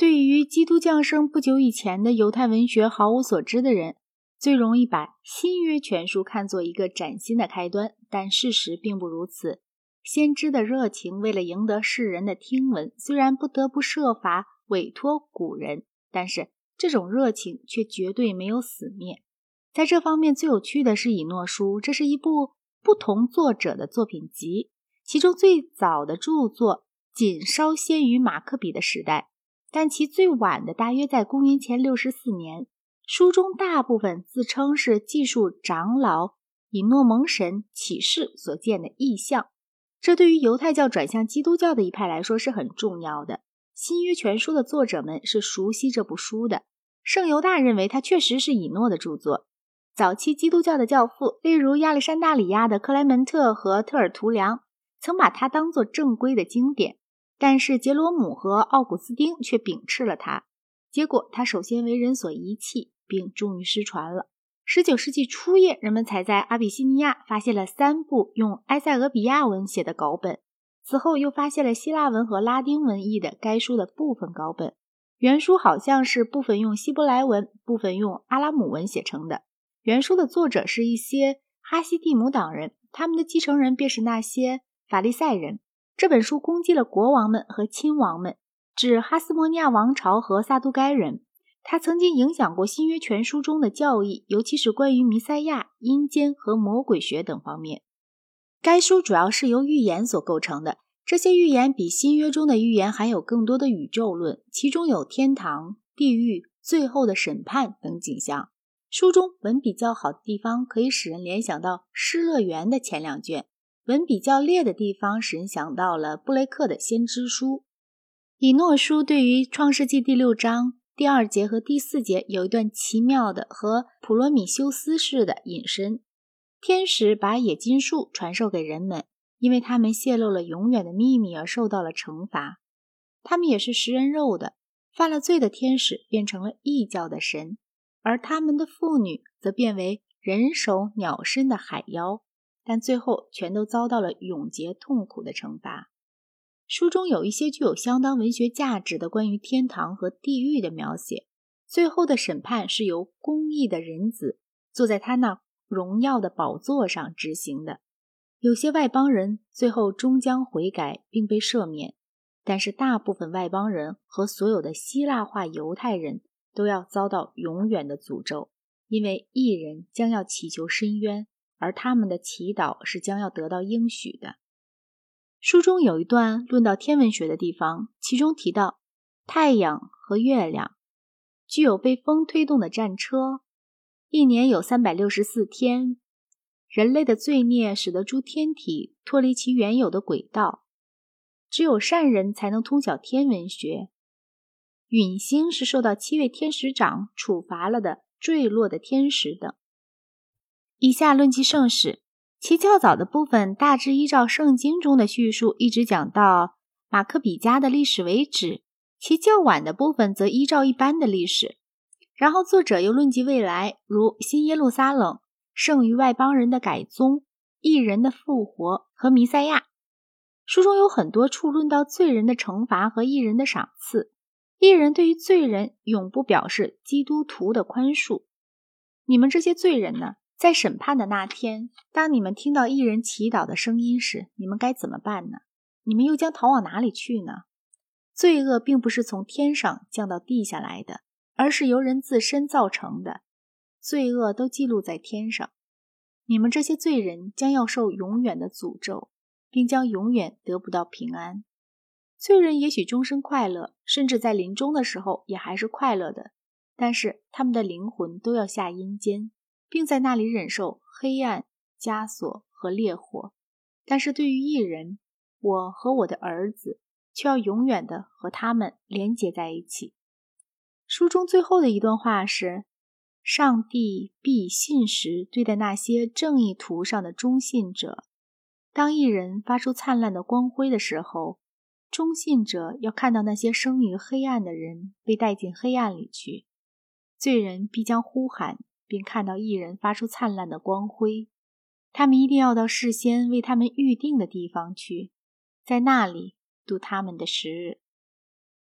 对于基督降生不久以前的犹太文学毫无所知的人，最容易把新约全书看作一个崭新的开端，但事实并不如此。先知的热情为了赢得世人的听闻，虽然不得不设法委托古人，但是这种热情却绝对没有死灭。在这方面最有趣的是以诺书，这是一部不同作者的作品集，其中最早的著作仅稍先于马克笔的时代，但其最晚的大约在公元前64年。书中大部分自称是记述长老以诺蒙神启示所见的异象，这对于犹太教转向基督教的一派来说是很重要的。新约全书的作者们是熟悉这部书的，圣犹大认为它确实是以诺的著作。早期基督教的教父，例如亚历山大里亚的克莱门特和特尔图良，曾把它当作正规的经典，但是杰罗姆和奥古斯丁却秉斥了它，结果它首先为人所遗弃，并终于失传了。19世纪初叶，人们才在阿比西尼亚发现了3部用埃塞俄比亚文写的稿本，此后又发现了希腊文和拉丁文译的该书的部分稿本。原书好像是部分用希伯来文，部分用阿拉姆文写成的。原书的作者是一些哈西蒂姆党人，他们的继承人便是那些法利赛人。这本书攻击了国王们和亲王们，指哈斯摩尼亚王朝和撒都该人。它曾经影响过新约全书中的教义，尤其是关于弥赛亚、阴间和魔鬼学等方面。该书主要是由预言所构成的，这些预言比新约中的预言含有更多的宇宙论，其中有天堂、地狱、最后的审判等景象。书中文笔较好的地方可以使人联想到《失乐园》的前2卷，文笔较劣的地方使人想到了布雷克的先知书。以诺书对于创世纪第6章第2节和第4节有一段奇妙的和普罗米修斯式的引申。天使把冶金术传授给人们，因为他们泄露了永远的秘密而受到了惩罚。他们也是食人肉的，犯了罪的天使变成了异教的神，而他们的妇女则变为人手鸟身的海妖，但最后全都遭到了永劫痛苦的惩罚。书中有一些具有相当文学价值的关于天堂和地狱的描写。最后的审判是由公义的人子坐在他那荣耀的宝座上执行的。有些外邦人最后终将悔改并被赦免，但是大部分外邦人和所有的希腊化犹太人都要遭到永远的诅咒，因为义人将要祈求伸冤，而他们的祈祷是将要得到应许的。书中有一段论到天文学的地方，其中提到太阳和月亮具有被风推动的战车，一年有364天。人类的罪孽使得诸天体脱离其原有的轨道，只有善人才能通晓天文学。陨星是受到7位天使长处罚了的坠落的天使等。以下论其盛史，其较早的部分大致依照圣经中的叙述一直讲到马克笔家的历史为止，其较晚的部分则依照一般的历史。然后作者又论及未来，如新耶路撒冷、剩余外邦人的改宗、义人的复活和弥赛亚。书中有很多处论到罪人的惩罚和义人的赏赐。义人对于罪人永不表示基督徒的宽恕。你们这些罪人呢，在审判的那天，当你们听到义人祈祷的声音时，你们该怎么办呢？你们又将逃往哪里去呢？罪恶并不是从天上降到地下来的，而是由人自身造成的。罪恶都记录在天上。你们这些罪人将要受永远的诅咒，并将永远得不到平安。罪人也许终身快乐，甚至在临终的时候也还是快乐的，但是他们的灵魂都要下阴间，并在那里忍受黑暗、枷锁和烈火。但是对于义人，我和我的儿子却要永远的和他们连结在一起。书中最后的一段话是：上帝必信实对待那些正义途上的忠信者。当义人发出灿烂的光辉的时候，忠信者要看到那些生于黑暗的人被带进黑暗里去。罪人必将呼喊，并看到义人发出灿烂的光辉。他们一定要到事先为他们预定的地方去，在那里度他们的时日。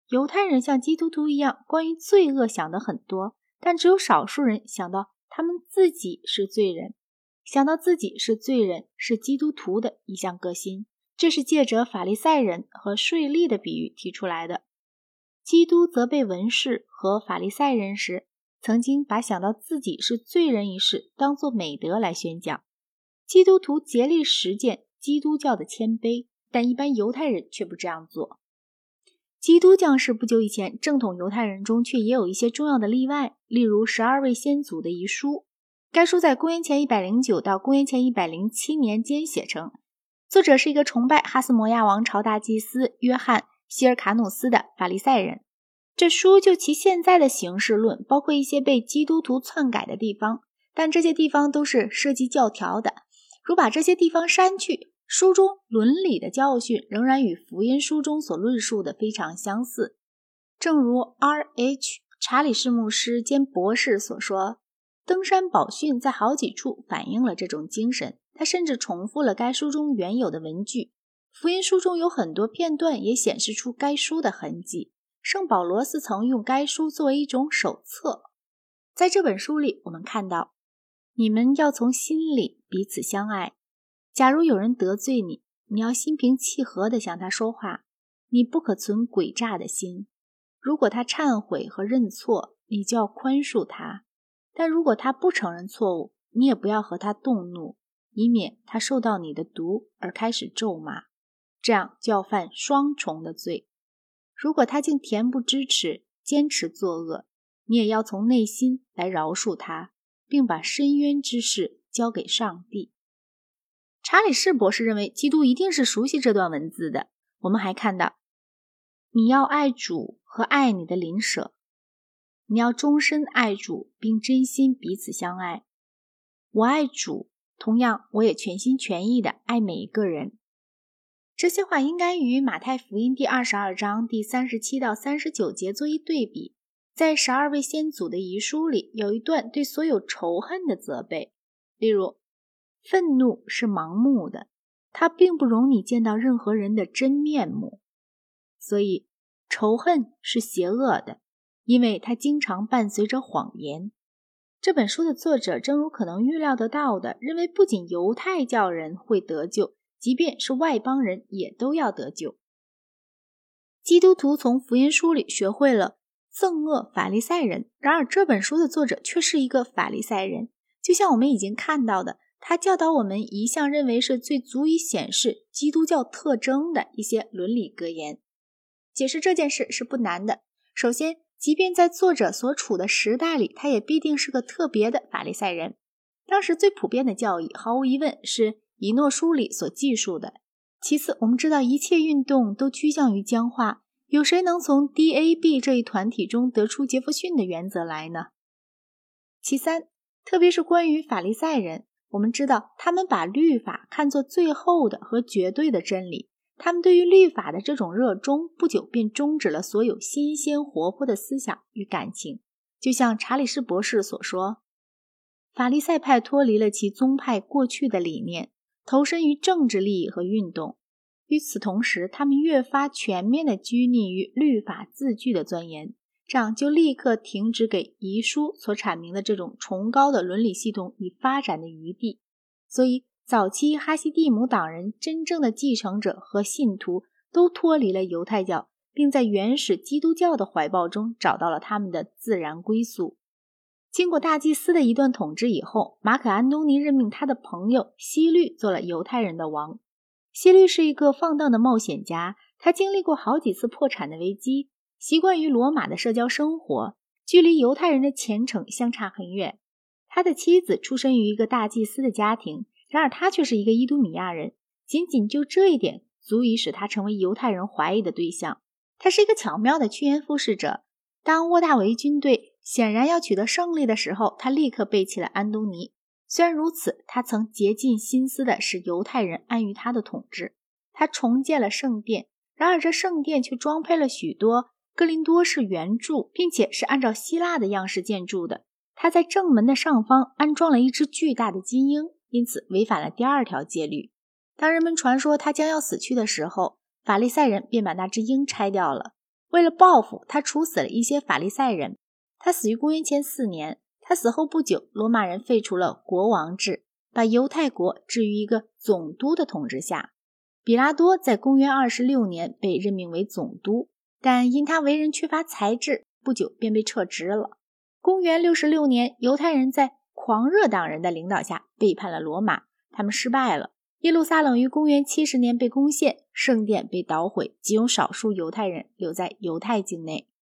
犹太人像基督徒一样，关于罪恶想得很多，但只有少数人想到他们自己是罪人。想到自己是罪人，是基督徒的一项革新，这是借着法利赛人和税吏的比喻提出来的。基督责备文士和法利赛人时，曾经把想到自己是罪人一事当作美德来宣讲。基督徒竭力实践基督教的谦卑，但一般犹太人却不这样做。基督降世不久以前，正统犹太人中却也有一些重要的例外，例如12位先祖的遗书。该书在公元前109到公元前107年间写成，作者是一个崇拜哈斯摩亚王朝大祭司约翰·希尔卡努斯的法利赛人。这书就其现在的形式论，包括一些被基督徒篡改的地方，但这些地方都是涉及教条的。如把这些地方删去，书中伦理的教训仍然与福音书中所论述的非常相似。正如 R.H. 查理士牧师兼博士所说，登山宝训在好几处反映了这种精神，他甚至重复了该书中原有的文句。福音书中有很多片段也显示出该书的痕迹。圣保罗斯曾用该书作为一种手册。在这本书里，我们看到，你们要从心里彼此相爱。假如有人得罪你，你要心平气和地向他说话，你不可存诡诈的心。如果他忏悔和认错，你就要宽恕他。但如果他不承认错误，你也不要和他动怒，以免他受到你的毒而开始咒骂，这样就要犯双重的罪。如果他竟恬不知耻，坚持作恶，你也要从内心来饶恕他，并把伸冤之事交给上帝。查理士博士认为基督一定是熟悉这段文字的。我们还看到，你要爱主和爱你的邻舍，你要终身爱主，并真心彼此相爱。我爱主，同样我也全心全意地爱每一个人。这些话应该与马太福音第22章第37到39节做一对比。在12位先祖的遗书里，有一段对所有仇恨的责备，例如，愤怒是盲目的，它并不容你见到任何人的真面目。所以，仇恨是邪恶的，因为它经常伴随着谎言。这本书的作者正如可能预料得到的，认为不仅犹太教人会得救，即便是外邦人也都要得救。基督徒从福音书里学会了憎恶法利赛人，然而这本书的作者却是一个法利赛人。就像我们已经看到的，他教导我们一向认为是最足以显示基督教特征的一些伦理格言。解释这件事是不难的。首先，即便在作者所处的时代里，他也必定是个特别的法利赛人。当时最普遍的教义，毫无疑问是以诺书里所记述的。其次，我们知道一切运动都趋向于僵化，有谁能从 DAB 这一团体中得出杰弗逊的原则来呢？其三，特别是关于法利赛人，我们知道他们把律法看作最后的和绝对的真理。他们对于律法的这种热衷，不久便终止了所有新鲜活泼的思想与感情。就像查理士博士所说，法利赛派脱离了其宗派过去的理念，投身于政治利益和运动。与此同时，他们越发全面地拘泥于律法字句的钻研，这样就立刻停止给遗书所阐明的这种崇高的伦理系统以发展的余地。所以早期哈西蒂姆党人真正的继承者和信徒都脱离了犹太教，并在原始基督教的怀抱中找到了他们的自然归宿。经过大祭司的一段统治以后，马可安东尼任命他的朋友希律做了犹太人的王。希律是一个放荡的冒险家，他经历过好几次破产的危机，习惯于罗马的社交生活，距离犹太人的虔诚相差很远。他的妻子出身于一个大祭司的家庭，然而他却是一个伊都米亚人，仅仅就这一点足以使他成为犹太人怀疑的对象。他是一个巧妙的趋炎附势者，当沃大维军队显然要取得胜利的时候，他立刻背弃了安东尼。虽然如此，他曾竭尽心思地使犹太人安于他的统治。他重建了圣殿，然而这圣殿却装配了许多哥林多式圆柱，并且是按照希腊的样式建筑的。他在正门的上方安装了一只巨大的金鹰，因此违反了第2条戒律。当人们传说他将要死去的时候，法利赛人便把那只鹰拆掉了。 为了报复，他处死了一些法利赛人。他死于公元前4年。他死后不久，罗马人废除了国王制，把犹太国置于一个总督的统治下。比拉多在公元26年被任命为总督，但因他为人缺乏才智，不久便被撤职了。公元66年，犹太人在狂热党人的领导下背叛了罗马，他们失败了。耶路撒冷于公元70年被攻陷，圣殿被捣毁，仅有少数犹太人留在犹太境内。